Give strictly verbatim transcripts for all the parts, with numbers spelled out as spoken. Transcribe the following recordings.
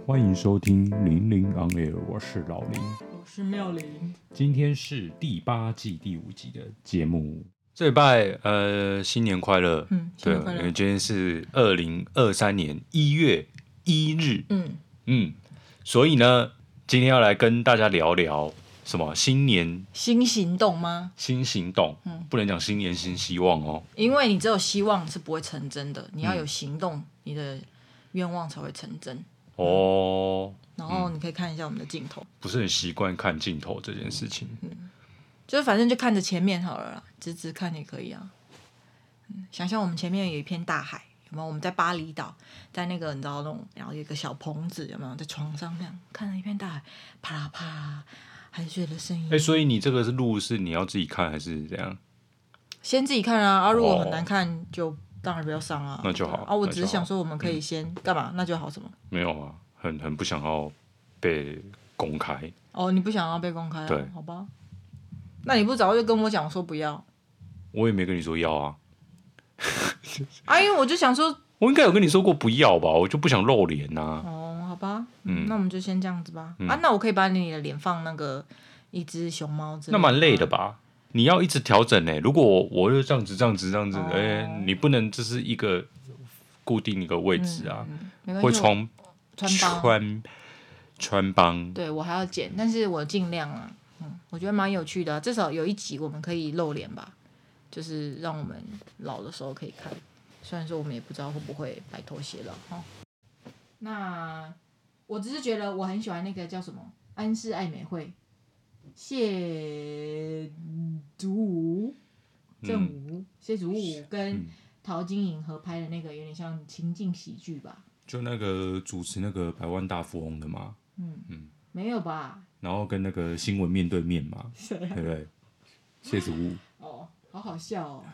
欢迎收听《零零 on air》，我是老林， 我是妙玲。 今天是第八季第五集的节目。 这礼拜呃，新年快乐！ 嗯，新年快乐。 对，因为今天是二零二三年一月一日。 嗯嗯，所以呢，今天要来跟大家聊聊什么新年新行动吗？ 新行动，嗯，不能讲新年新希望哦， 因为你只有希望是不会成真的，你要有行动，嗯、你的愿望才会成真。 哦， 然后你可以看一下我们的镜头， 不是很习惯看镜头这件事情。 嗯，就是反正就看着前面好了啦，直直看也可以啊。嗯，想象我们前面有一片大海，有没有？我们在巴厘岛，在那个你知道那种，然后有一个小棚子，有没有？在床上那样看着一片大海，啪啦啪啦，海水的声音。 哎、欸，所以你这个是录是你要自己看还是怎样？ 先自己看啊，啊，如果很难看就。哦当然不要上啊， 那就好啊！我只是想说，我们可以先干嘛？那就好什么？ 没有啊，很很不想要被公开。 哦，你不想要被公开啊？ 对， 好吧。那你不早就跟我讲说不要？ 我也没跟你说要啊。 啊，因为我就想说， 我应该有跟你说过不要吧？我就不想露脸呐、啊。 哦，好吧，嗯，那我们就先这样子吧。 嗯、 啊，那我可以把你的脸放那个一只熊猫之类的， 那蛮累的吧？你要一直调整呢、欸。如果我我就这样子、这样子、这样子，哎、哦欸，你不能这是一个固定一个位置啊， 嗯嗯、 会穿穿帮穿穿帮。 对我还要剪，但是我尽量啊，嗯，我觉得蛮有趣的、啊，至少有一集我们可以露脸吧，就是让我们老的时候可以看。虽然说我们也不知道会不会白头偕老哈。那我只是觉得我很喜欢那个叫什么安室爱美惠。谢祖武、正武、嗯、谢祖武跟陶晶莹合拍的那个，有点像情境喜剧吧？ 就那个主持那个百万大富翁的嘛？ 嗯嗯，没有吧？ 然后跟那个新闻面对面嘛？ 啊、对不对？谢祖武。 哦，好好笑哦。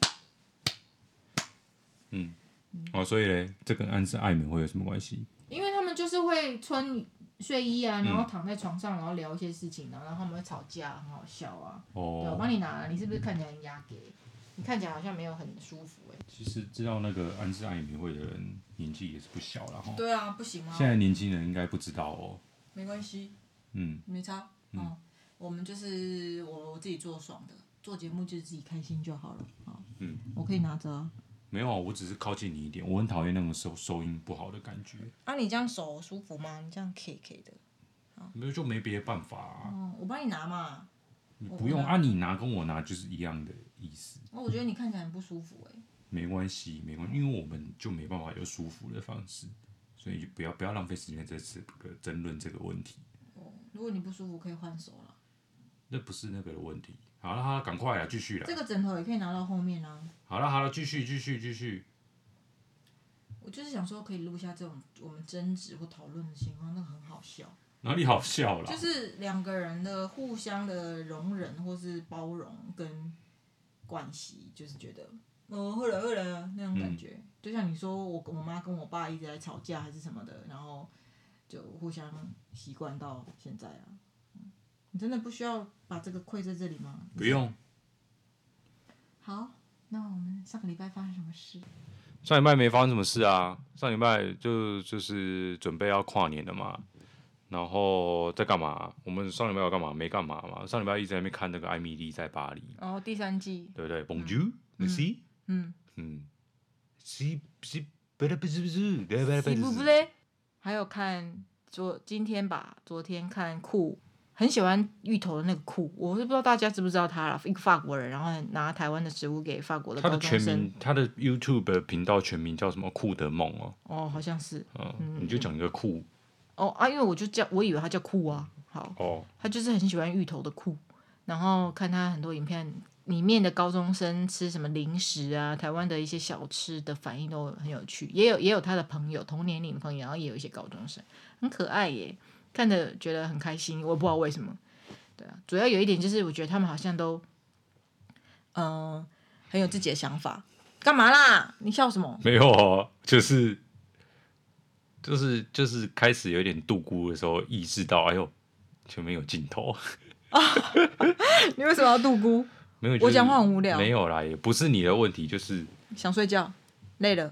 嗯，哦，所以嘞，这跟安室爱美会有什么关系？ 因为他们就是会穿睡衣啊，然后躺在床上，然后聊一些事情，然后他们会吵架，很好笑啊。哦，对，我帮你拿了，你是不是看起来很压给？你看起来好像没有很舒服哎、欸。 其实知道那个安室爱美惠的人年纪也是不小了哈。 对啊，不行吗？ 现在年轻人应该不知道哦。 没关系，嗯，没差。嗯、哦，我们就是我我自己做爽的，做节目就是自己开心就好了。好，嗯，我可以拿着啊。 没有，我只是靠近你一点，我很讨厌那种收收音不好的感觉。 啊，你这样手舒服吗？你这样 K K 的， 没有就没别的办法啊。 哦，我帮你拿嘛。 你不用啊，你拿跟我拿就是一样的意思。 哦，我觉得你看起来很不舒服哎、欸。 没关系，没关系，因为我们就没办法有舒服的方式，所以就不要不要浪费时间在这个争论这个问题。 哦，如果你不舒服，可以换手了。 那不是那个的问题。好了好了，赶快啊，继续啦。 这个枕头也可以拿到后面啊。 好了好了，继续继续继续。 我就是想说，可以录下这种我们争执或讨论的情况，那个很好笑。 哪里好笑啦？ 就是两个人的互相的容忍或是包容跟关系，就是觉得哦，后来后来那种感觉、嗯，就像你说我我妈跟我爸一直在吵架还是什么的，然后就互相习惯到现在啊。你真的不需要把这个跪在这里吗？ 不用。 好，那我们上个礼拜发生什么事？ 上礼拜没发生什么事啊，上礼拜就就是准备要跨年了嘛，然后在干嘛？我们上礼拜要干嘛？没干嘛嘛。上礼拜一直在那边看那个《艾米丽在巴黎》。 哦，第三季。 对不对 ？Bonjour，Merci。 嗯。 嗯。是是不不是不是， 是不不嘞？还有看昨今天吧，昨天看酷。很喜欢芋头的那个酷，我是不知道大家知不知道他啦，一个法国人，然后拿台湾的食物给法国的高中生。 他的全名，他的 YouTube 频道全名叫什么？酷的梦哦。 哦，好像是。 嗯，嗯你就讲一个酷。 哦啊，因为我就叫，我以为他叫酷啊。好。 哦。 他就是很喜欢芋头的酷，然后看他很多影片，里面的高中生吃什么零食啊，台湾的一些小吃的反应都很有趣，也有也有他的朋友，同年龄的朋友，然后也有一些高中生，很可爱耶。看着觉得很开心，我也不知道为什么。对啊，主要有一点就是我觉得他们好像都，嗯、呃，很有自己的想法。干嘛啦？你笑什么？ 没有啊，就是就是就是开始有点度孤的时候，意识到，哎呦，前面有镜头。 你为什么要度孤？ 没有， 我讲话很无聊。 没有啦，也不是你的问题，就是想睡觉，累了。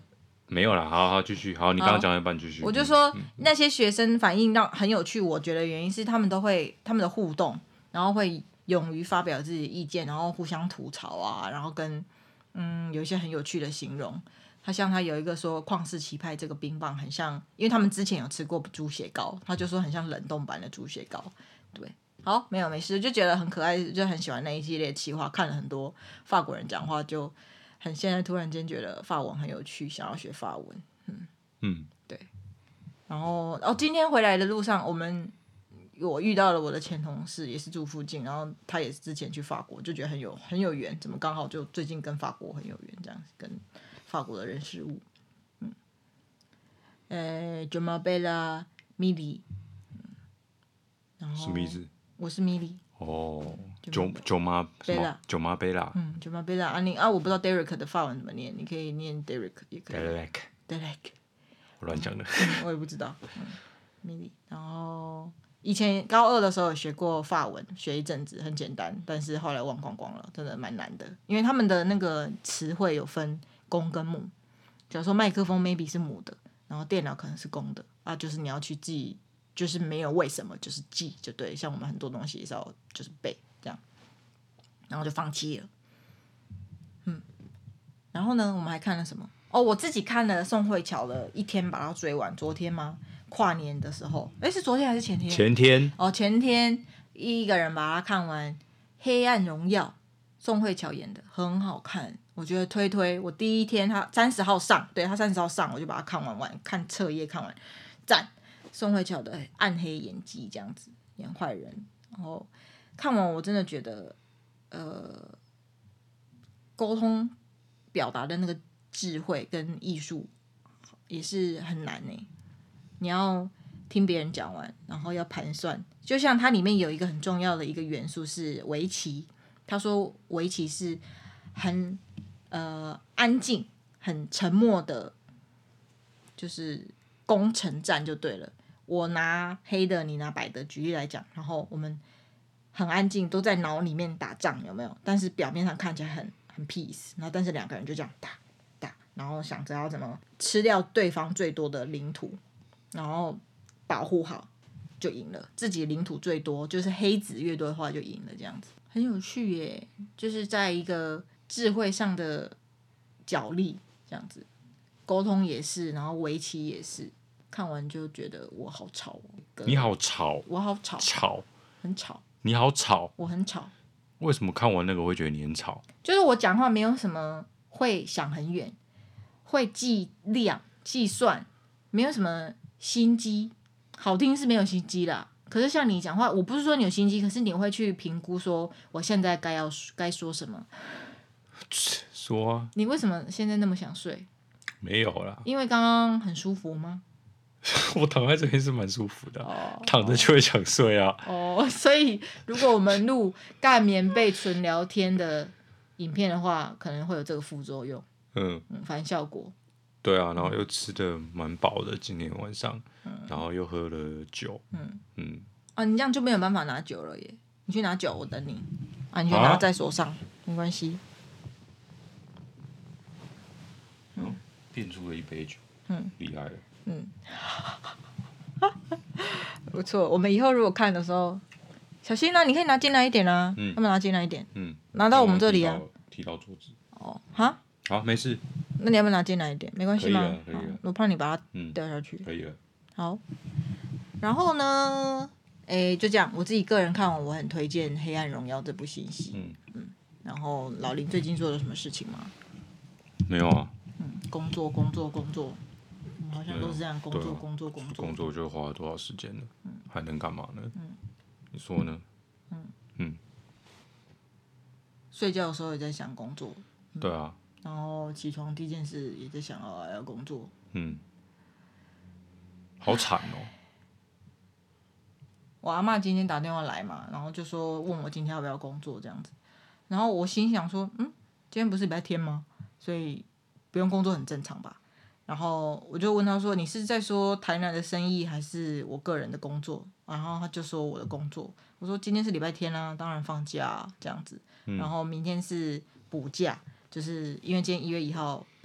没有啦，好好继续。好，你刚刚讲一半继续。 我就说、 嗯、 那些学生反应让很有趣，我觉得原因是他们都会他们的互动，然后会勇于发表自己的意见，然后互相吐槽啊，然后跟嗯有一些很有趣的形容。他像他有一个说旷世奇派这个冰棒很像，因为他们之前有吃过猪血糕，他就说很像冷冻版的猪血糕。对，好，没有没事，就觉得很可爱，就很喜欢那一系列企划，看了很多法国人讲话，就很现在突然间觉得法文很有趣，想要学法文。嗯嗯， 对。然后哦，今天回来的路上，我们我遇到了我的前同事，也是住附近，然后他也是之前去法国，就觉得很有很有缘，怎么刚好就最近跟法国很有缘，这样跟法国的人事物。嗯，呃 j o m a b e l a Milly， 然后什么意思？ 我是 Milly。 哦，九九妈什么？九妈贝拉。 嗯，九妈贝拉啊，你啊，我不知道 Derek 的法文怎么念，你可以念 Derek 也可以。Derek。Derek。 我乱讲的、 嗯。我也不知道。嗯 Milly， 然后以前高二的时候有学过法文，学一阵子很简单，但是后来忘光光了，真的蛮难的，因为他们的那个词汇有分公跟母。假如说麦克风 maybe 是母的，然后电脑可能是公的啊，就是你要去记，就是没有为什么，就是记就对。像我们很多东西也是要就是背这样，然后就放弃了。嗯，然后呢，我们还看了什么？哦，我自己看了宋慧乔的一天把它追完，昨天吗？跨年的时候，哎，是昨天还是前天？ 前天。 哦，前天一个人把它看完，《黑暗荣耀》，宋慧乔演的，很好看。我觉得推推，我第一天他三十号上，对他三十号上，我就把它看完完，看彻夜看完，赞。宋慧乔的暗黑演技这样子演坏人，然后看完我真的觉得，呃，沟通表达的那个智慧跟艺术也是很难呢。你要听别人讲完，然后要盘算，就像它里面有一个很重要的一个元素是围棋，他说围棋是很呃安静、很沉默的，就是攻城战就对了。我拿黑的，你拿白的，举例来讲，然后我们很安静，都在脑里面打仗，有没有？但是表面上看起来很很 peace， 然后但是两个人就这样打打，然后想着要怎么吃掉对方最多的领土，然后保护好就赢了。自己领土最多，就是黑子越多的话就赢了，这样子很有趣耶。就是在一个智慧上的角力，这样子沟通也是，然后围棋也是。看完就觉得我好吵哦！ 你好吵， 我好吵， 吵， 很吵。 你好吵， 我很吵。 为什么看完那个我会觉得你很吵？ 就是我讲话没有什么会想很远，会计量计算，没有什么心机。好听是没有心机啦，可是像你讲话，我不是说你有心机，可是你会去评估说我现在该要该说什么。 说啊！ 你为什么现在那么想睡？ 没有啦， 因为刚刚很舒服吗？ 我躺在这边是蛮舒服的、啊哦， 躺着就会想睡啊。 哦，所以如果我们录盖棉被纯聊天的影片的话，可能会有这个副作用。 嗯， 嗯，反正效果。 对啊，然后又吃的蛮饱的，今天晚上，嗯、然后又喝了酒。嗯嗯。 啊，你这样就没有办法拿酒了耶！你去拿酒，我等你。啊，你就拿在手上，啊、没关系。 嗯，变出了一杯酒。 嗯， 厉害了。 嗯，不错。我们以后如果看的时候，小心啊！你可以拿进来一点啊，嗯，要不要拿进来一点？嗯，拿到我们这里啊。 提到桌子。 哦，哈。 好，没事。 那你要不要拿进来一点？没关系吗？ 可以了，可以了。 我怕你把它掉下去。 可以了。 好。然后呢？诶，就这样。我自己个人看完，我很推荐《黑暗荣耀》这部新戏。嗯嗯。然后老林最近做了什么事情吗？ 没有啊。 嗯，工作，工作，工作。好像都是这样，工作、 啊、 工作、工作。 工作就花了多少时间了？嗯、还能干嘛呢？ 嗯、 你说呢？ 嗯嗯。 睡觉的时候也在想工作。 嗯、对啊。 然后起床第一件事也在想啊，要工作。 嗯。好惨哦！ 我阿嬷今天打电话来嘛，然后就说问我今天要不要工作这样子。然后我心想说，嗯，今天不是礼拜天吗？所以不用工作很正常吧。然后我就问他说：“你是在说台南的生意，还是我个人的工作？”然后他就说我的工作。我说：“今天是礼拜天啊，当然放假啊，这样子。嗯、然后明天是补假，就是因为今天一月一号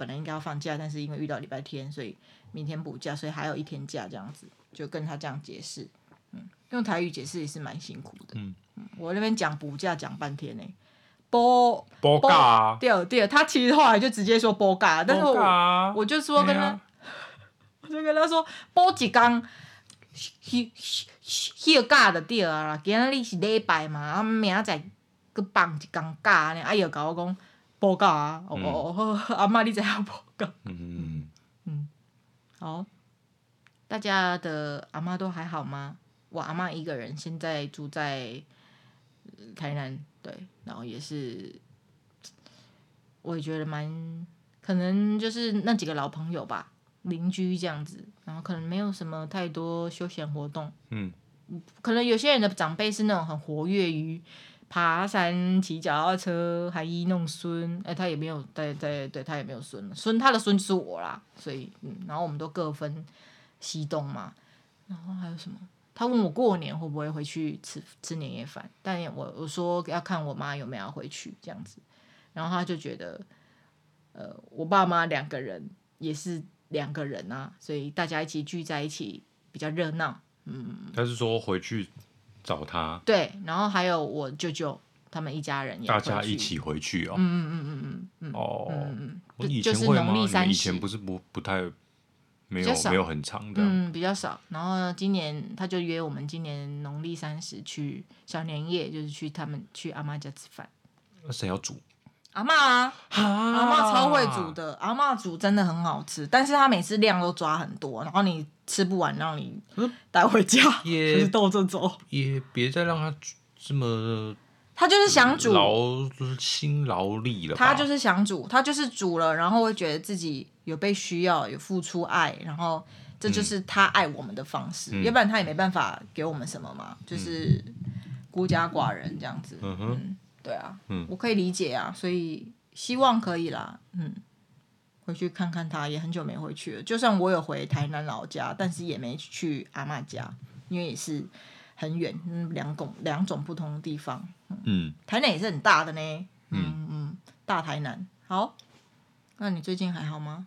本来应该要放假，但是因为遇到礼拜天，所以明天补假，所以还有一天假这样子，就跟他这样解释。嗯，用台语解释也是蛮辛苦的。嗯，我那边讲补假讲半天呢、欸。波波嘎啊， 对对，他其实后来就直接说波嘎，但是我、 啊、 我就说跟他，啊、我就跟他说波一天，迄迄假就对啊啦，今仔日是礼拜嘛，啊明仔载佮放一天假呢，啊伊就甲我讲波嘎啊，哦哦哦，阿嬷你知影波嘎？嗯嗯，好，大家的阿嬷都还好吗？我阿嬷一个人，现在住在台南。对，然后也是，我也觉得蛮可能就是那几个老朋友吧，邻居这样子，然后可能没有什么太多休闲活动。嗯，可能有些人的长辈是那种很活跃于爬山、骑脚踏车、还一弄孙，哎，他也没有，对对对，他也没有孙了，孙他的孙就是我啦，所以嗯，然后我们都各分西东嘛，然后还有什么？他问我过年会不会回去吃吃年夜饭，但我我说要看我妈有没有要回去这样子，然后他就觉得，呃，我爸妈两个人也是两个人啊，所以大家一起聚在一起比较热闹。嗯， 他是说回去找他， 对，然后还有我舅舅他们一家人也大家一起回去哦。 嗯嗯嗯嗯嗯嗯。 哦， 嗯嗯我以就是前会吗？ 农历三十， 以前不是不不太。没有没有很长的， 嗯，比较少。然后呢，今年他就约我们今年农历三十去小年夜，就是去他们去阿嬷家吃饭。 那谁要煮？ 阿嬷啊，阿嬷超会煮的，阿嬷煮真的很好吃，但是她每次量都抓很多，然后你吃不完，让你带回家， 也就是逗着走。 也别再让他这么。 他就是想煮， 劳心劳力了吧。 他就是想煮，他就是煮了，然后会觉得自己有被需要，有付出爱，然后这就是他爱我们的方式。嗯、要不然他也没办法给我们什么嘛，就是孤家寡人这样子。嗯哼，嗯对啊，嗯，我可以理解啊，所以希望可以啦，嗯，回去看看他，也很久没回去了。就算我有回台南老家，但是也没去阿嬷家，因为也是很远，嗯，两种两种不同的地方。嗯，台南也是很大的呢。嗯嗯，大台南。好，那你最近还好吗？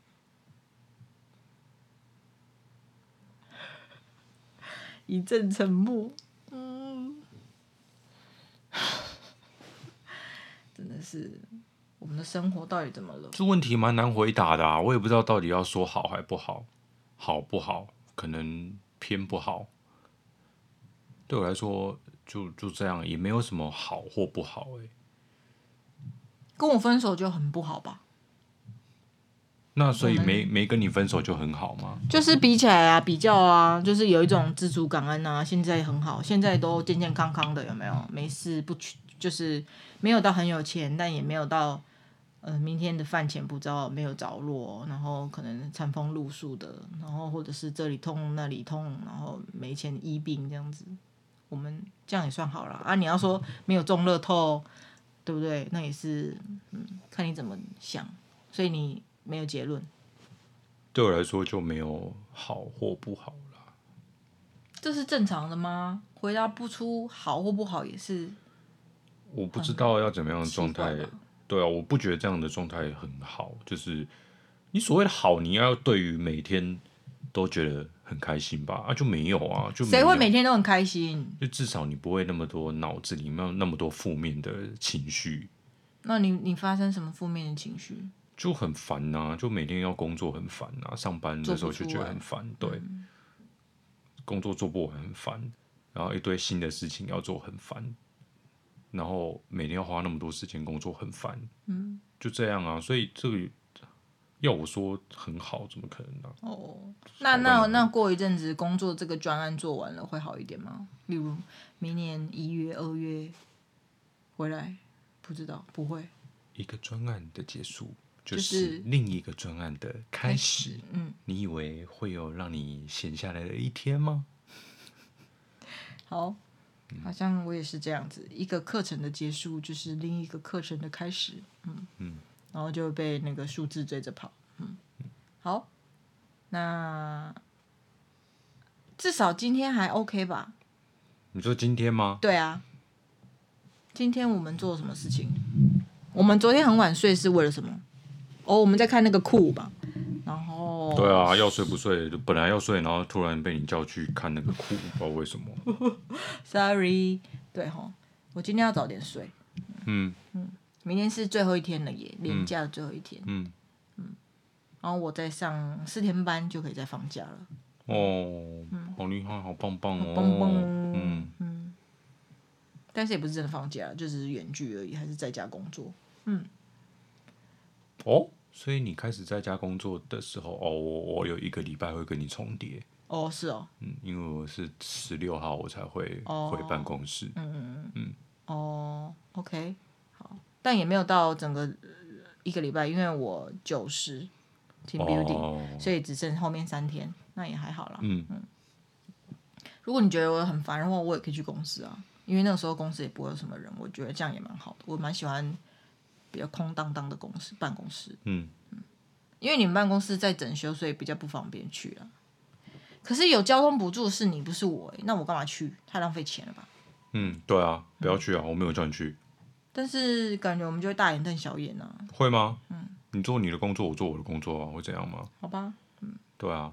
一阵沉默。嗯，真的是，我们的生活到底怎么了？ 这问题蛮难回答的啊，我也不知道到底要说好还不好，好不好？可能偏不好。对我来说。就就这样，也没有什么好或不好哎、欸。 跟我分手就很不好吧？ 那所以没没跟你分手就很好吗？ 就是比起来啊，比较啊，就是有一种知足感恩啊。现在很好，现在都健健康康的，有没有？没事不去，就是没有到很有钱，但也没有到呃明天的饭钱不知道没有着落，然后可能餐风露宿的，然后或者是这里痛那里痛，然后没钱医病这样子。我们这样也算好了啊！你要说没有中乐透，对不对？那也是，嗯，看你怎么想。所以你没有结论。 对我来说就没有好或不好啦。 这是正常的吗？回答不出好或不好也是。 我不知道要怎么样的状态。对啊，我不觉得这样的状态很好。就是你所谓的好，你要对于每天都觉得。很开心吧？啊，就没有啊，就谁会每天都很开心？ 就至少你不会那么多脑子里面那么多负面的情绪。 那你你发生什么负面的情绪？ 就很烦呐、啊，就每天要工作很烦呐、啊，上班的时候就觉得很烦，对、嗯，工作做不完很烦，然后一堆新的事情要做很烦，然后每天要花那么多时间工作很烦，嗯，就这样啊，所以这个。要我说很好，怎么可能呢、啊？ 哦，那那那过一阵子工作这个专案做完了，会好一点吗？例如明年一月、二月回来，不知道，不会。 一个专案的结束，就是另一个专案的开始。就是、嗯，你以为会有让你闲下来的一天吗？ 好，好像我也是这样子，一个课程的结束就是另一个课程的开始。嗯嗯。然后就被那个数字追着跑，嗯，好，那至少今天还 OK 吧？ 你说今天吗？ 对啊，今天我们做了什么事情？我们昨天很晚睡是为了什么？ 哦，我们在看那个酷吧，然后对啊，要睡不睡，本来要睡，然后突然被你叫去看那个酷，不知道为什么。 ，sorry，对吼，我今天要早点睡， 嗯嗯，明天是最后一天了耶，连假的最后一天， 嗯， 然后我再上四天班就可以再放假了， 哦，好厉害，好棒棒哦， 棒棒， 嗯嗯，但是也不是真的放假，就只是远距而已，还是在家工作。 哦，所以你开始在家工作的时候，哦，我我有一个礼拜会跟你重叠， 哦，是哦， 嗯，因为我是十六号我才会哦回办公室， 哦，OK，好，但也没有到整个呃一个礼拜，因为我九十 team building，、 哦， 所以只剩后面三天，那也还好啦。 嗯如果你觉得我很烦的话，我也可以去公司啊，因为那个时候公司也不会有什么人，我觉得这样也蛮好的。我蛮喜欢比较空荡荡的公司办公室， 嗯， 因为你们办公室在整修，所以比较不方便去啊。可是有交通补助是你不是我、欸，那我干嘛去？太浪费钱了吧？ 嗯，对啊，不要去啊，我没有叫你去， 但是感觉我们就会大眼瞪小眼啊， 会吗？嗯，你做你的工作，我做我的工作啊，会怎样吗？ 好吧？ 对啊，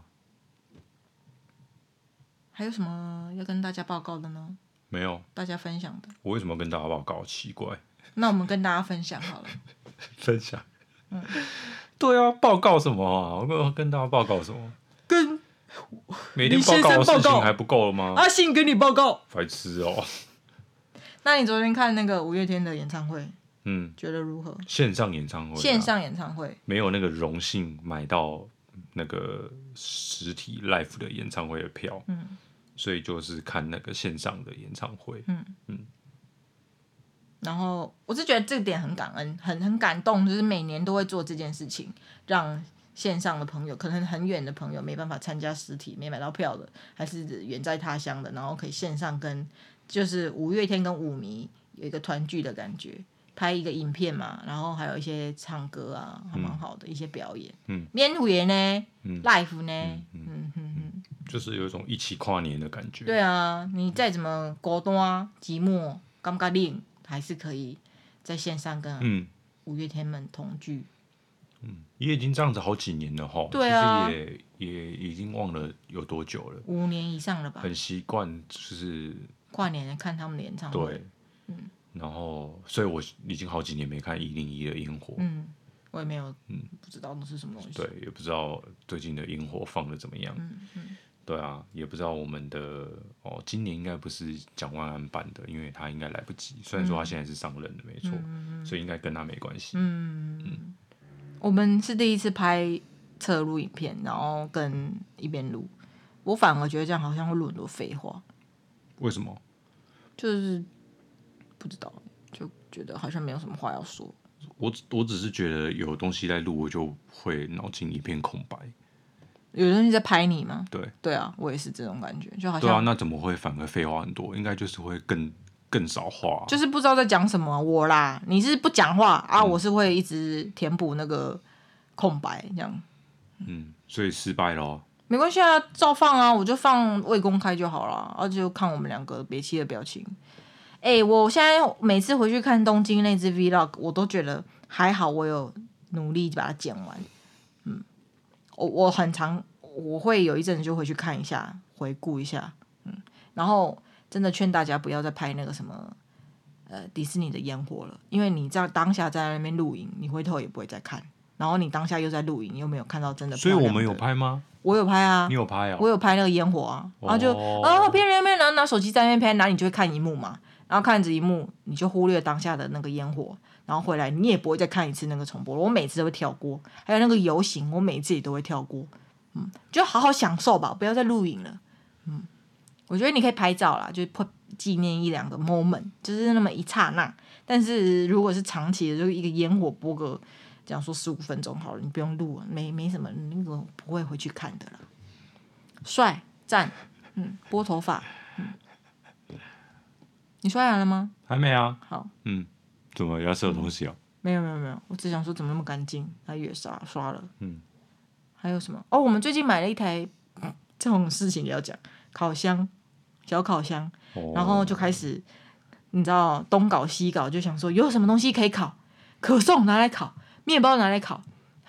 还有什么要跟大家报告的呢？ 没有， 大家分享的， 我为什么要跟大家报告？奇怪， 那我们跟大家分享好了。 分享，嗯，对啊，报告什么啊？我跟跟大家报告什么？ 跟每天报告的事情还不够了吗？ 阿信跟你报告， 白痴哦。 那你昨天看那个五月天的演唱会， 嗯， 觉得如何？ 线上演唱会、啊， 线上演唱会没有那个荣幸买到那个实体 live 的演唱会的票，嗯，所以就是看那个线上的演唱会，嗯嗯。 然后我是觉得这个点很感恩，很很感动，就是每年都会做这件事情，让线上的朋友，可能很远的朋友没办法参加实体，没买到票的，还是远在他乡的，然后可以线上跟就是五月天跟五迷有一个团聚的感觉，拍一个影片嘛，然后还有一些唱歌啊，还蛮好的、嗯、一些表演，嗯，免费呢、嗯、，live 呢，嗯嗯嗯嗯， 就是有一种一起跨年的感觉。 对啊，你再怎么孤单寂寞，感觉冷，还是可以在线上跟五月天们同聚。 嗯，也已经这样子好几年了哈。 对啊， 其实也也已经忘了有多久了， 五年以上了吧。 很习惯就是跨年看他们的演唱会。 对，嗯，然后所以我已经好几年没看一零一的烟火。 嗯，我也没有，嗯，不知道那是什么东西。 对，也不知道最近的烟火放的怎么样。嗯嗯。对啊，也不知道我们的哦，今年应该不是蒋万安办的，因为他应该来不及。虽然说他现在是上任的，没错，嗯、所以应该跟他没关系。嗯嗯，我们是第一次拍侧录影片，然后跟一边录，我反而觉得这样好像会录很多废话。 为什么？ 就是不知道，就觉得好像没有什么话要说。 我我只是觉得有东西在录，我就会脑筋一片空白。 有东西在拍你吗？ 对， 对啊，我也是这种感觉，就好像对啊，那怎么会反而废话很多？应该就是会更更少话、啊， 就是不知道在讲什么、啊。我啦，你是不讲话啊、嗯，我是会一直填补那个空白，这样。 嗯，所以失败咯。 没关系啊，照放啊，我就放未公开就好了，然后就看我们两个憋气的表情。哎、欸，我现在每次回去看东京那支 vlog， 我都觉得还好，我有努力把它剪完。嗯。我我很常我会有一阵子就回去看一下，回顾一下，嗯，然后真的劝大家不要再拍那个什么呃迪士尼的烟火了，因为你这样当下在那边录影，你回头也不会再看，然后你当下又在录影，又没有看到真的漂亮的。 所以我们有拍吗？ 我有拍啊， 你有拍啊？ 我有拍那个烟火啊， 哦、 然后就啊片片片，然后拿手机在那边拍，然后你就会看荧幕嘛，然后看着荧幕，你就忽略当下的那个烟火。然后回来你也不会再看一次那个重播了，我每次都会跳过，还有那个游行，我每次也都会跳过，嗯，就好好享受吧，不要再录影了，嗯，我觉得你可以拍照啦，就纪念一两个 moment， 就是那么一刹那，但是如果是长期的，就一个烟火播个，这样说十五分钟好了，你不用录了，没没什么，那个不会回去看的啦，帅赞，嗯，拨头发，嗯，你刷牙了吗？ 还没啊， 好， 嗯。怎么牙齿有东西啊、嗯？ 没有没有没有，我只想说怎么那么干净，他也刷刷了。嗯，还有什么？哦，我们最近买了一台，嗯、这种事情也要讲，烤箱，小烤箱，哦、然后就开始，你知道东搞西搞，就想说有什么东西可以烤，可颂拿来烤，面包拿来烤，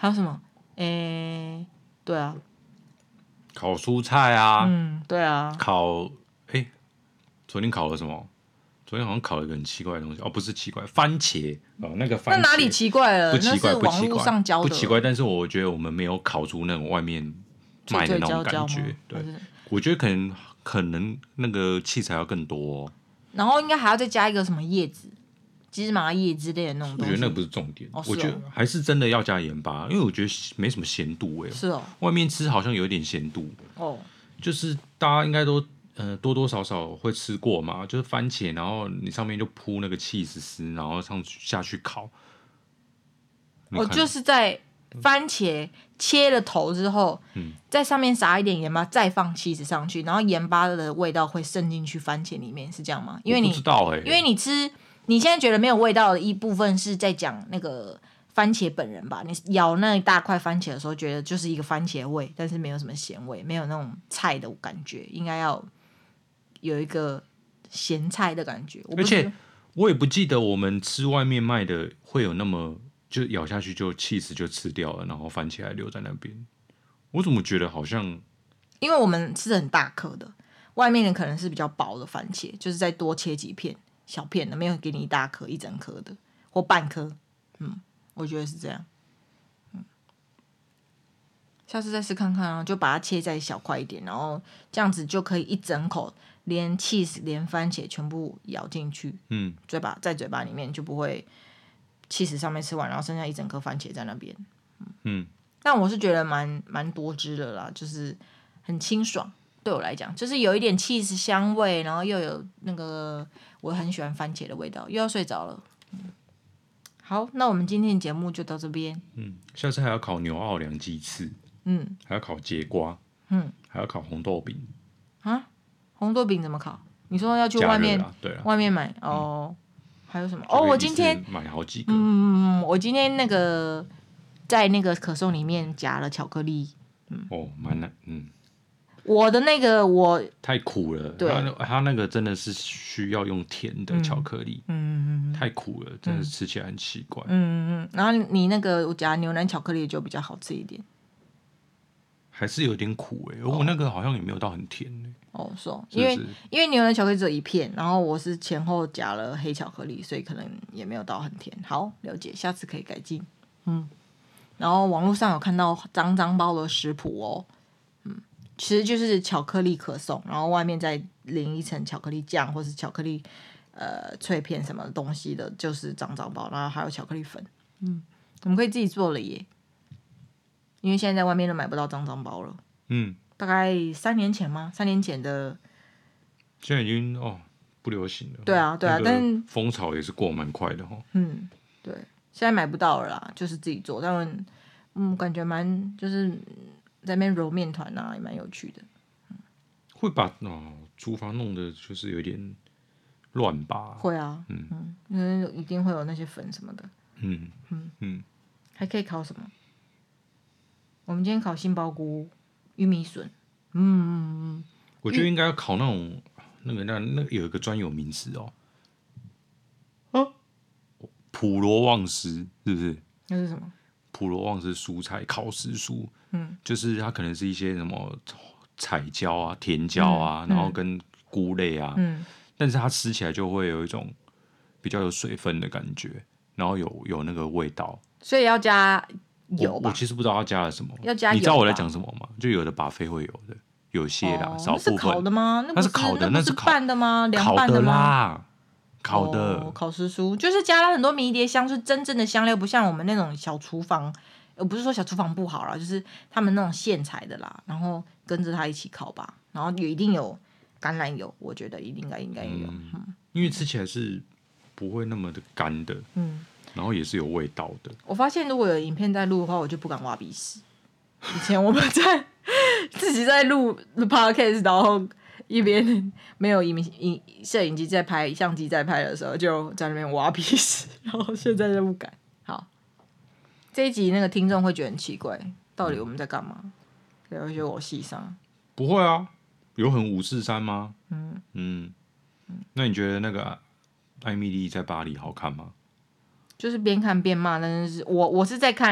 还有什么？诶，对啊， 烤蔬菜啊， 嗯，对啊， 烤哎，昨天烤了什么？昨天好像烤了一个很奇怪的东西，哦，不是奇怪，番茄哦，那个番茄那哪里奇怪了？ 不奇怪， 那是网络不奇怪， 上教的， 不奇怪，但是我觉得我们没有烤出那种外面卖的那种感觉。 脆脆焦焦吗对还是， 我觉得可能可能那个器材要更多、哦， 然后应该还要再加一个什么叶子，芝麻叶之类的那种东西。 我觉得那不是重点， 哦我觉得还是真的要加盐巴，因为我觉得没什么咸度哎、 是哦， 外面吃好像有一点咸度， 哦， 就是大家应该都呃多多少少会吃过嘛，就是番茄，然后你上面就铺那个起司丝，然后上去下去烤。 我就是在番茄切了头之后， 嗯在上面撒一点盐巴，再放起司上去，然后盐巴的味道会渗进去番茄里面，是这样吗？因为我你不知道哎、 因为你吃你现在觉得没有味道的一部分是在讲那个番茄本人吧？你咬那一大块番茄的时候，觉得就是一个番茄味，但是没有什么咸味，没有那种菜的感觉，应该要有一个咸菜的感觉。我不而且知我也不记得我们吃外面卖的会有那么就咬下去就气死就吃掉了，然后番茄还留在那边。我怎么觉得好像因为我们吃的很大颗的，外面的可能是比较薄的番茄，就是再多切几片小片的，没有给你一大颗一整颗的或半颗。嗯，我觉得是这样。嗯，下次再试看看啊，就把它切再小块一点，然后这样子就可以一整口连 cheese 连番茄全部咬进去， 嗯嘴巴在嘴巴里面就不会 cheese 上面吃完，然后剩下一整颗番茄在那边。 嗯但我是觉得蛮蛮多汁的啦，就是很清爽。对我来讲，就是有一点 cheese 香味，然后又有那个我很喜欢番茄的味道。又要睡着了，嗯，好，那我们今天的节目就到这边。 嗯，下次还要烤牛奥良鸡翅， 嗯还要烤节瓜， 嗯还要烤红豆饼， 啊，红豆饼怎么烤？你说要去加外面热啦，对啊， 外面买哦？还有什么？哦， 就可以一我今天次买好几个， 嗯，我今天那个在那个可颂里面夹了巧克力。 哦，蛮难，嗯， 我的那个我太苦了， 对它那它那个真的是需要用甜的巧克力， 嗯嗯太苦了，真的是吃起来很奇怪。 嗯嗯，然后你那个我夹牛奶巧克力就比较好吃一点。 还是有点苦哎、欸，我那个好像也没有到很甜哎、欸， 哦，是哦， 是不是因为因为牛奶巧克力只有一片，然后我是前后夹了黑巧克力，所以可能也没有到很甜。好，了解，下次可以改进。嗯，然后网络上有看到脏脏包的食谱哦，嗯，其实就是巧克力可颂，然后外面再淋一层巧克力酱或是巧克力呃脆片什么东西的，就是脏脏包，然后还有巧克力粉。嗯，我们可以自己做了耶，因为现在在外面都买不到脏脏包了。 嗯， 大概三年前吗？三年前的， 现在已经哦不流行了。 对啊对啊那个但是风潮也是过蛮快的哈。 嗯，对，现在买不到了啦，就是自己做，但嗯，感觉蛮就是在那边揉面团啊，也蛮有趣的。 会把哦厨房弄得就是有点乱吧？ 会啊， 嗯嗯，因为一定会有那些粉什么的， 嗯嗯嗯， 还可以烤什么？我们今天烤杏鲍菇、玉米笋，嗯嗯嗯， 我觉得应该要烤那种那个那那个有一个专有名词哦， 哦， 普罗旺斯是不是？ 那是什么？ 普罗旺斯蔬菜烤时蔬， 嗯， 就是它可能是一些什么彩椒啊、甜椒啊， 嗯然后跟菇类啊， 嗯， 但是它吃起来就会有一种比较有水分的感觉，然后有有那个味道。 所以要加油我我吧？ 其实不知道它加了什么， 要加油吧你知道我在讲什么吗？就有的把菲会有的，有些啦， 哦少那是部分烤的吗？那不那是烤的那不是那是烤拌的吗？凉烤的拌吗？ 啦，烤的。 哦、烤时蔬就是加了很多迷迭香，是真正的香料，不像我们那种小厨房。呃，不是说小厨房不好啦，就是他们那种现采的啦，然后跟着它一起烤吧，然后有一定有橄榄油，我觉得一定应该应该有，嗯因为吃起来是不会那么的干的， 嗯。 然后也是有味道的。 我发现如果有影片在录的话，我就不敢挖鼻屎。以前我们在自己在录 podcast，然后一边没有影影摄影机在拍，相机在拍的时候，就在那边挖鼻屎，然后现在就不敢。好，这一集那个听众会觉得很奇怪，到底我们在干嘛？对，会觉得我戏上。 不会啊，有很五四三吗？ 嗯嗯，那你觉得那个艾米丽在巴黎好看吗？ 就是边看边骂，但是我我是在看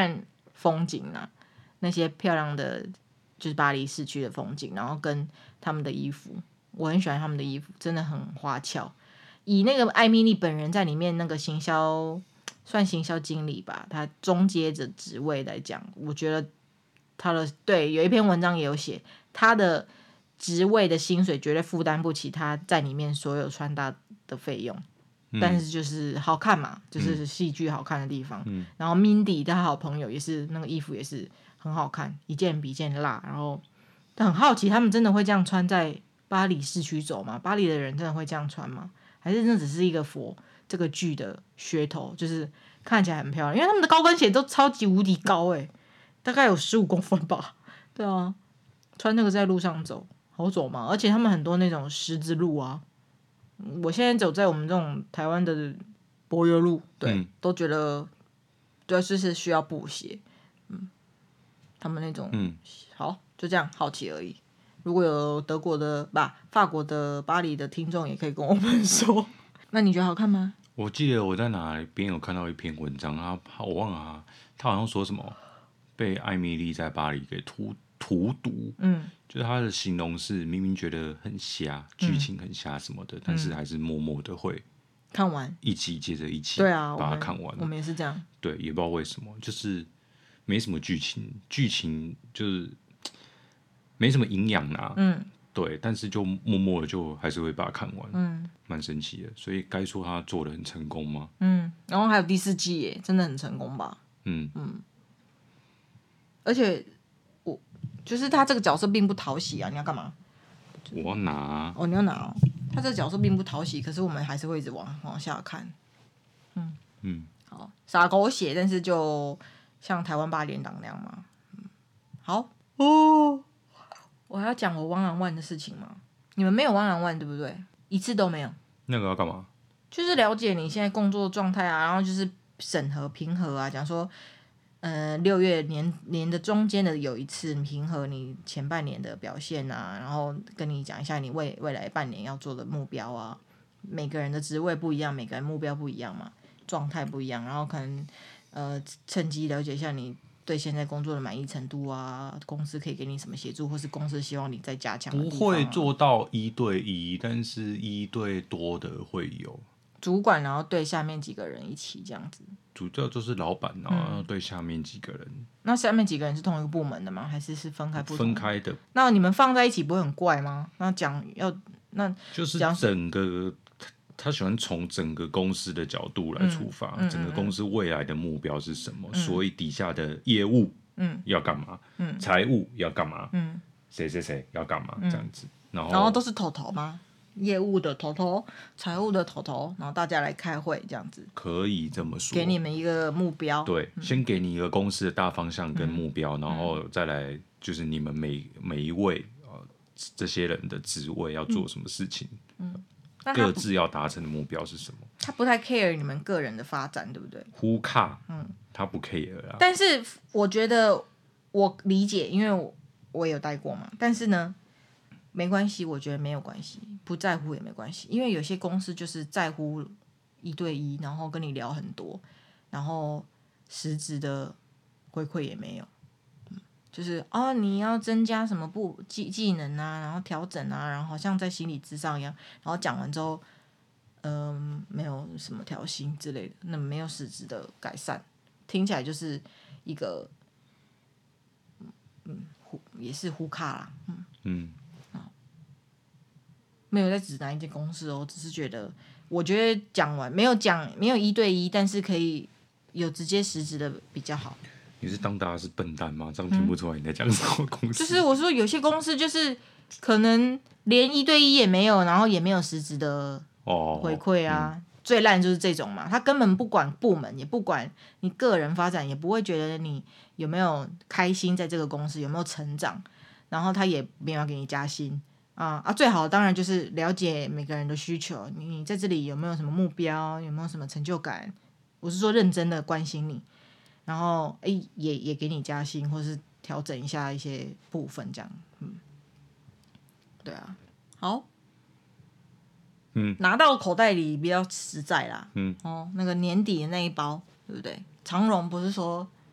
风景啊，那些漂亮的就是巴黎市区的风景，然后跟他们的衣服，我很喜欢他们的衣服，真的很花俏。以那个艾米丽本人在里面那个行销算行销经理吧，他中阶的职位来讲，我觉得他的对有一篇文章也有写，他的职位的薪水绝对负担不起他在里面所有穿搭的费用。但是就是好看嘛，就是戏剧好看的地方。嗯、然后 Mindy 他好朋友也是那个衣服也是很好看，一件比一件辣。然后但很好奇，他们真的会这样穿在巴黎市区走吗？巴黎的人真的会这样穿吗？还是那只是一个佛这个剧的噱头，就是看起来很漂亮，因为他们的高跟鞋都超级无敌高诶、欸，大概有十五公分吧。对啊，穿那个在路上走好走嘛，而且他们很多那种十字路啊。我现在走在我们这种台湾的柏油路，对，嗯、都觉得对，就是需要布鞋。嗯，他们那种，嗯，好，就这样好奇而已。如果有德国的、吧法国的巴黎的听众，也可以跟我们说。那你觉得好看吗？ 我记得我在哪边有看到一篇文章，他我忘了啊，他好像说什么被艾米丽在巴黎给荼荼毒，嗯。就是他的形容是明明觉得很瞎，剧情很瞎什么的，嗯、但是还是默默的会看完一集接着一集， 对啊， 把它看完。 我们也是这样， 对，也不知道为什么，就是没什么剧情，剧情就是没什么营养啊，嗯，对，但是就默默的就还是会把它看完，嗯，蛮神奇的。所以该说他做的很成功吗？ 嗯，然后还有第四季耶，真的很成功吧？嗯嗯，而且。就是他这个角色并不讨喜啊！你要干嘛？ 我要拿哦，你要拿哦。他这个角色并不讨喜，可是我们还是会一直往往下看。嗯嗯，好，洒狗血，但是就像台湾八点档那样嘛。嗯，好哦。我还要讲我汪洋万的事情吗？你们没有汪洋万对不对？一次都没有。 那个要干嘛？ 就是了解你现在工作状态啊，然后就是审核评核啊，讲说。呃，六月年年的中间的有一次评核你前半年的表现啊，然后跟你讲一下你未未来半年要做的目标啊。每个人的职位不一样，每个人目标不一样嘛，状态不一样，然后可能呃趁机了解一下你对现在工作的满意程度啊，公司可以给你什么协助，或是公司希望你再加强的地方啊。 不会做到一对一，但是一对多的会有。 主管然后对下面几个人一起这样子。 主要就是老板，然后对下面几个人、嗯。 那下面几个人是同一个部门的吗？还是是分开不同？ 分开的。 那你们放在一起不会很怪吗？那讲要那就是整个他他喜欢从整个公司的角度来出发，嗯嗯嗯、整个公司未来的目标是什么？嗯、所以底下的业务要干嘛？嗯、财务要干嘛？谁谁谁要干嘛？这样子，然后然后都是头头吗？业务的头头，财务的头头，然后大家来开会这样子， 可以这么说。 给你们一个目标， 对，嗯、先给你一个公司的大方向跟目标，嗯、然后再来就是你们每每一位、呃、这些人的职位要做什么事情，嗯嗯、各自要达成的目标是什么？ 他不太 care 你们个人的发展，对不对？ 呼卡，嗯，他不 care 啊。 但是我觉得我理解，因为我我也有带过嘛，但是呢。没关系，我觉得没有关系，不在乎也没关系，因为有些公司就是在乎一对一，然后跟你聊很多，然后实质的回馈也没有，嗯、就是哦，你要增加什么不技技能啊，然后调整啊，然后好像在心理咨商一样，然后讲完之后，嗯、呃，没有什么调薪之类的，那没有实质的改善，听起来就是一个，嗯，也是呼卡啦，嗯。嗯没有在指哪一间公司哦，只是觉得，我觉得讲完没有讲没有一对一，但是可以有直接实质的比较好。 你是当大家是笨蛋吗？这样听不出来你在讲什么公司？ 就是我说有些公司就是可能连一对一也没有，然后也没有实质的回馈啊。哦嗯、最烂就是这种嘛，他根本不管部门，也不管你个人发展，也不会觉得你有没有开心在这个公司有没有成长，然后他也没有给你加薪。啊啊！最好当然就是了解每个人的需求，你在这里有没有什么目标，有没有什么成就感？我是说认真的关心你，然后哎也也给你加薪，或是调整一下一些部分，这样，嗯，对啊，好，嗯，拿到口袋里比较实在啦，嗯，哦，那个年底的那一包，对不对？长荣不是说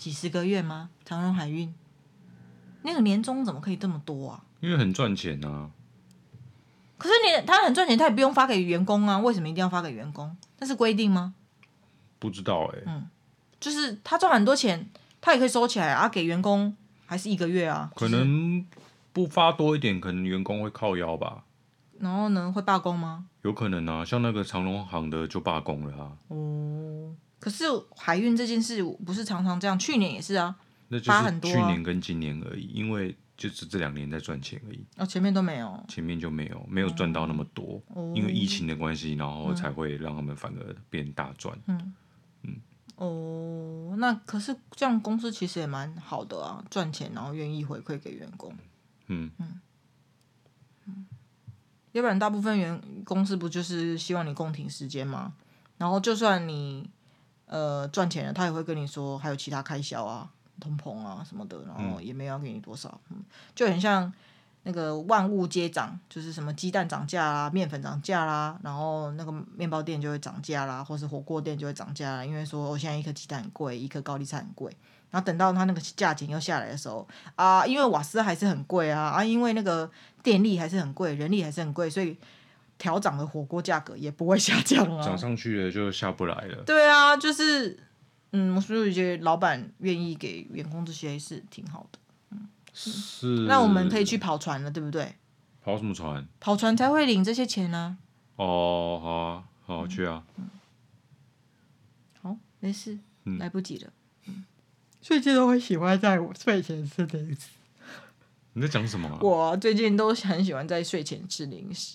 几十个月吗？长荣海运那个年终怎么可以这么多啊？ 因为很赚钱啊。 可是你他很赚钱，他也不用发给员工啊，为什么一定要发给员工？那是规定吗？ 不知道哎、欸嗯，就是他赚很多钱，他也可以收起来啊，给员工还是一个月啊？ 可就是、 能不发多一点，可能员工会靠腰吧。 然后呢，会罢工吗？ 有可能啊，像那个长荣航的就罢工了啊。 哦，可是海运这件事不是常常这样，去年也是啊， 那就是发很多啊去年跟今年而已，因为就是这两年在赚钱而已， 哦，前面都没有。 前面就没有没有赚到那么多， 哦因为疫情的关系，然后才会让他们反而变大赚。 嗯嗯，哦，那可是这样公司其实也蛮好的啊，赚钱然后愿意回馈给员工。 嗯嗯嗯，要不然大部分员公司不就是希望你共体时间吗？然后就算你呃赚钱了，他也会跟你说还有其他开销啊、通膨啊什么的，然后也没有要给你多少，嗯，就很像那个万物皆涨，就是什么鸡蛋涨价啦、面粉涨价啦，然后那个面包店就会涨价啦，或是火锅店就会涨价啦，因为说我、哦、现在一颗鸡蛋很贵，一颗高丽菜很贵。然后等到它那个价钱又下来的时候啊，因为瓦斯还是很贵啊，啊，因为那个电力还是很贵，人力还是很贵，所以调涨的火锅价格也不会下降啊。 涨上去了就下不来了。 对啊，就是嗯，所以觉得老板愿意给员工这些是挺好的。嗯， 是。 那我们可以去跑船了，对不对？ 跑什么船？ 跑船才会领这些钱呢、 啊。哦，好啊，好去啊。 嗯、好，没事， 嗯、 来不及了。嗯，最近都会喜欢在我睡前吃零食。 你在讲什么、啊？ 我最近都很喜欢在睡前吃零食。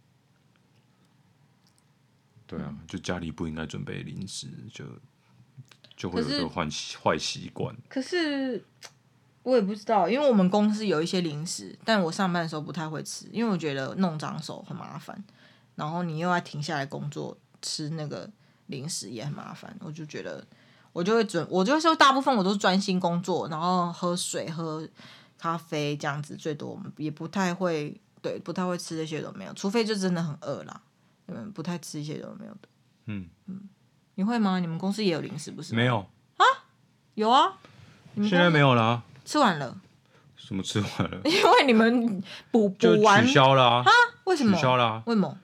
对啊，就家里不应该准备零食，就就会有这个坏坏习惯。 可是我也不知道，因为我们公司有一些零食，但我上班的时候不太会吃，因为我觉得弄脏手很麻烦，然后你又要停下来工作吃那个零食也很麻烦，我就觉得我就会准，我就说大部分我都是专心工作，然后喝水喝咖啡这样子，最多也不太会对不太会吃这些都没有，除非就真的很饿啦。嗯，不太吃一些都没有的。 嗯嗯，你会吗？你们公司也有零食不是吗？ 没有啊？有啊。 现在没有了、啊。 吃完了。 什么吃完了？ 因为你们补补完就取消了啊。 啊？为什么？ 取消了、啊。 为什么？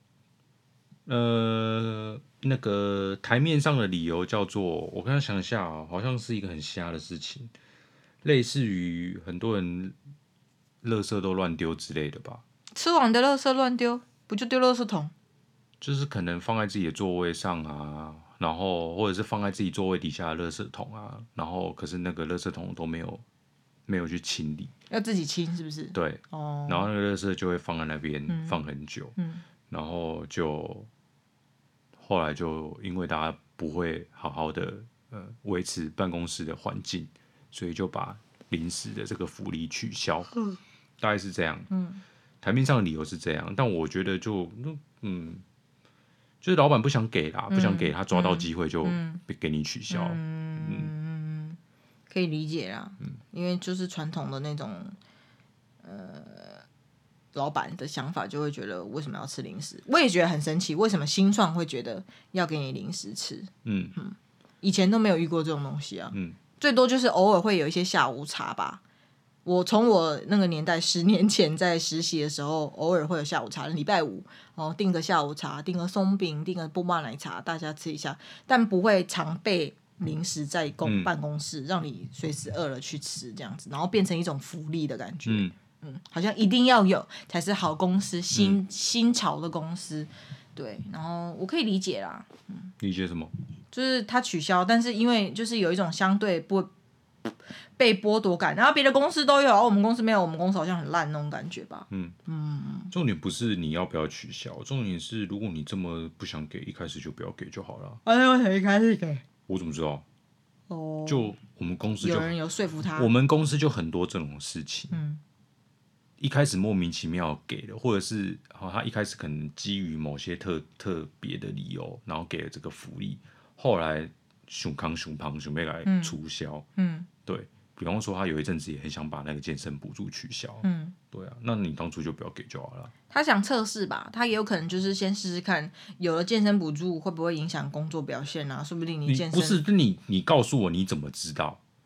呃，那个台面上的理由叫做，我刚刚想一下啊，好像是一个很瞎的事情，类似于很多人垃圾都乱丢之类的吧。 吃完的垃圾乱丢，不就丢垃圾桶？ 就是可能放在自己的座位上啊，然后或者是放在自己座位底下的垃圾桶啊，然后可是那个垃圾桶都没有没有去清理， 要自己清是不是？ 对， 哦， 然后那个垃圾就会放在那边、嗯、放很久， 嗯， 然后就后来就因为大家不会好好的呃维持办公室的环境，所以就把临时的这个福利取消，嗯，大概是这样， 嗯， 台面上的理由是这样，但我觉得就嗯。就是老板不想给啦，嗯、不想给他抓到机会就给你取消， 嗯，嗯可以理解啦，嗯、因为就是传统的那种，呃，老板的想法就会觉得为什么要吃零食？我也觉得很神奇，为什么新创会觉得要给你零食吃？嗯嗯，以前都没有遇过这种东西啊，嗯，最多就是偶尔会有一些下午茶吧。我从我那个年代十年前在实习的时候，偶尔会有下午茶，礼拜五哦订个下午茶，订个松饼，订个波霸奶茶，大家吃一下，但不会常备零食在公、嗯、办公室，让你随时饿了去吃这样子，然后变成一种福利的感觉，嗯嗯，好像一定要有才是好公司，新、嗯、新潮的公司，对，然后我可以理解啦，嗯， 理解什么？ 就是它取消，但是因为就是有一种相对不。被剥夺感，然后别的公司都有，我们公司没有，我们公司好像很烂那种感觉吧。嗯嗯，重点不是你要不要取消，重点是如果你这么不想给，一开始就不要给就好了。 啊，那为什么一开始给？ 我怎么知道？ 哦， 就我们公司就有人有说服他， 我们公司就很多这种事情。嗯，一开始莫名其妙给了，或者是好，他一开始可能基于某些特特别的理由，然后给了这个福利，后来熊康熊胖准备来促销。嗯，嗯对。比方说，他有一阵子也很想把那个健身补助取消，嗯，对啊，那你当初就不要给就好了。 他想测试吧，他也有可能就是先试试看，有了健身补助会不会影响工作表现啊？说不定你健身你不是你你告诉我你怎么知道？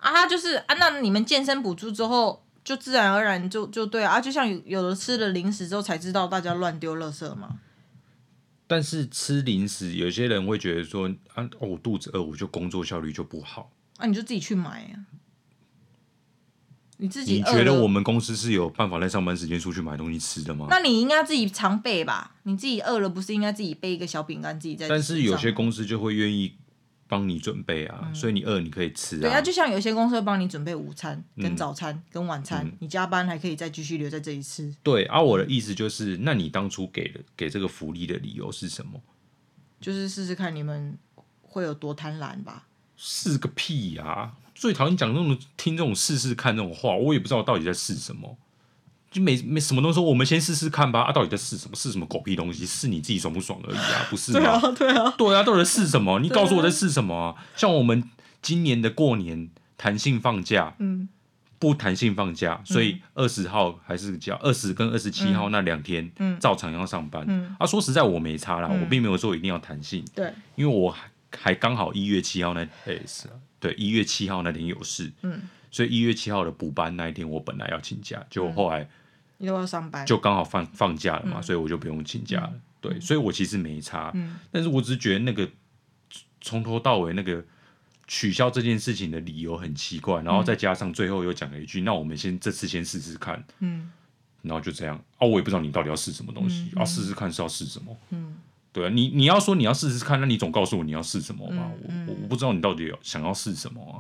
啊，他就是啊，那你们健身补助之后，就自然而然就就对啊，啊就像有有的吃了零食之后才知道大家乱丢垃圾嘛。 但是吃零食，有些人会觉得说啊，哦，我肚子饿，我就工作效率就不好。 啊，你就自己去买啊。你自己你觉得我们公司是有办法在上班时间出去买东西吃的吗？ 那你应该自己常备吧？你自己饿了不是应该自己备一个小饼干自己在？ 但是有些公司就会愿意帮你准备啊，嗯、所以你饿你可以吃啊。 对啊，就像有些公司会帮你准备午餐、跟早餐、嗯、跟晚餐，嗯、你加班还可以再继续留在这里吃。 对啊，我的意思就是，那你当初给了给这个福利的理由是什么？ 就是试试看你们会有多贪婪吧。 试个屁啊！最讨厌讲那种听这种试试看这种话，我也不知道我到底在试什么。就没没什么东西说，我们先试试看吧。啊，到底在试什么？试什么狗屁东西？试你自己爽不爽而已啊，不是吗？ 对啊，对啊， 对啊，到底在试什么？你告诉我在试什么啊？像我们今年的过年弹性放假，嗯，不弹性放假，所以二十号还是叫二十跟二十七号那两天，嗯，照常要上班。嗯，啊，说实在我没差啦，嗯、我并没有说一定要弹性， 对， 因为我还还刚好一月七号那诶、欸、是啊，对，一月七号那天有事，嗯，所以一月七号的补班那一天我本来要请假，就后来。 你都要上班， 就刚好放放假了嘛，嗯、所以我就不用请假了。嗯、对，所以我其实没差，嗯、但是我只是觉得那个从头到尾那个取消这件事情的理由很奇怪，然后再加上最后又讲了一句：“嗯、那我们先这次先试试看。”嗯，然后就这样啊，我也不知道你到底要试什么东西，嗯、啊，试试看是要试什么？嗯，对啊，你你要说你要试试看，那你总告诉我你要试什么吧？嗯、我我不知道你到底想要试什么啊？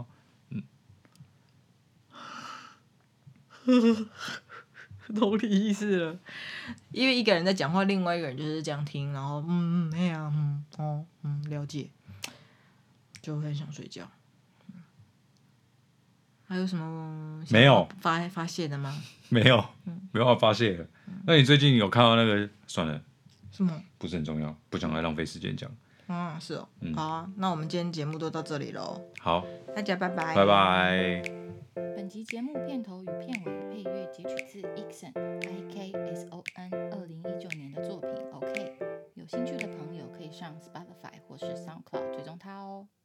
嗯。懂你意思了，因为一个人在讲话，另外一个人就是这样听，然后嗯嗯哎呀嗯哦嗯了解，就很想睡觉。还有什么没有发发泄的吗？ 没有，没办法发泄了。嗯、那你最近有看到那个？算了， 什么？ 不是很重要，不想来浪费时间讲。 啊，是哦，嗯、好啊，那我们今天节目都到这里喽。 好， 大家拜拜， 拜拜。 本集节目片头与片尾配乐截取自 Ikson I K S O N 二零一九年的作品 OK， 有兴趣的朋友可以上 Spotify 或是 SoundCloud 追踪他哦。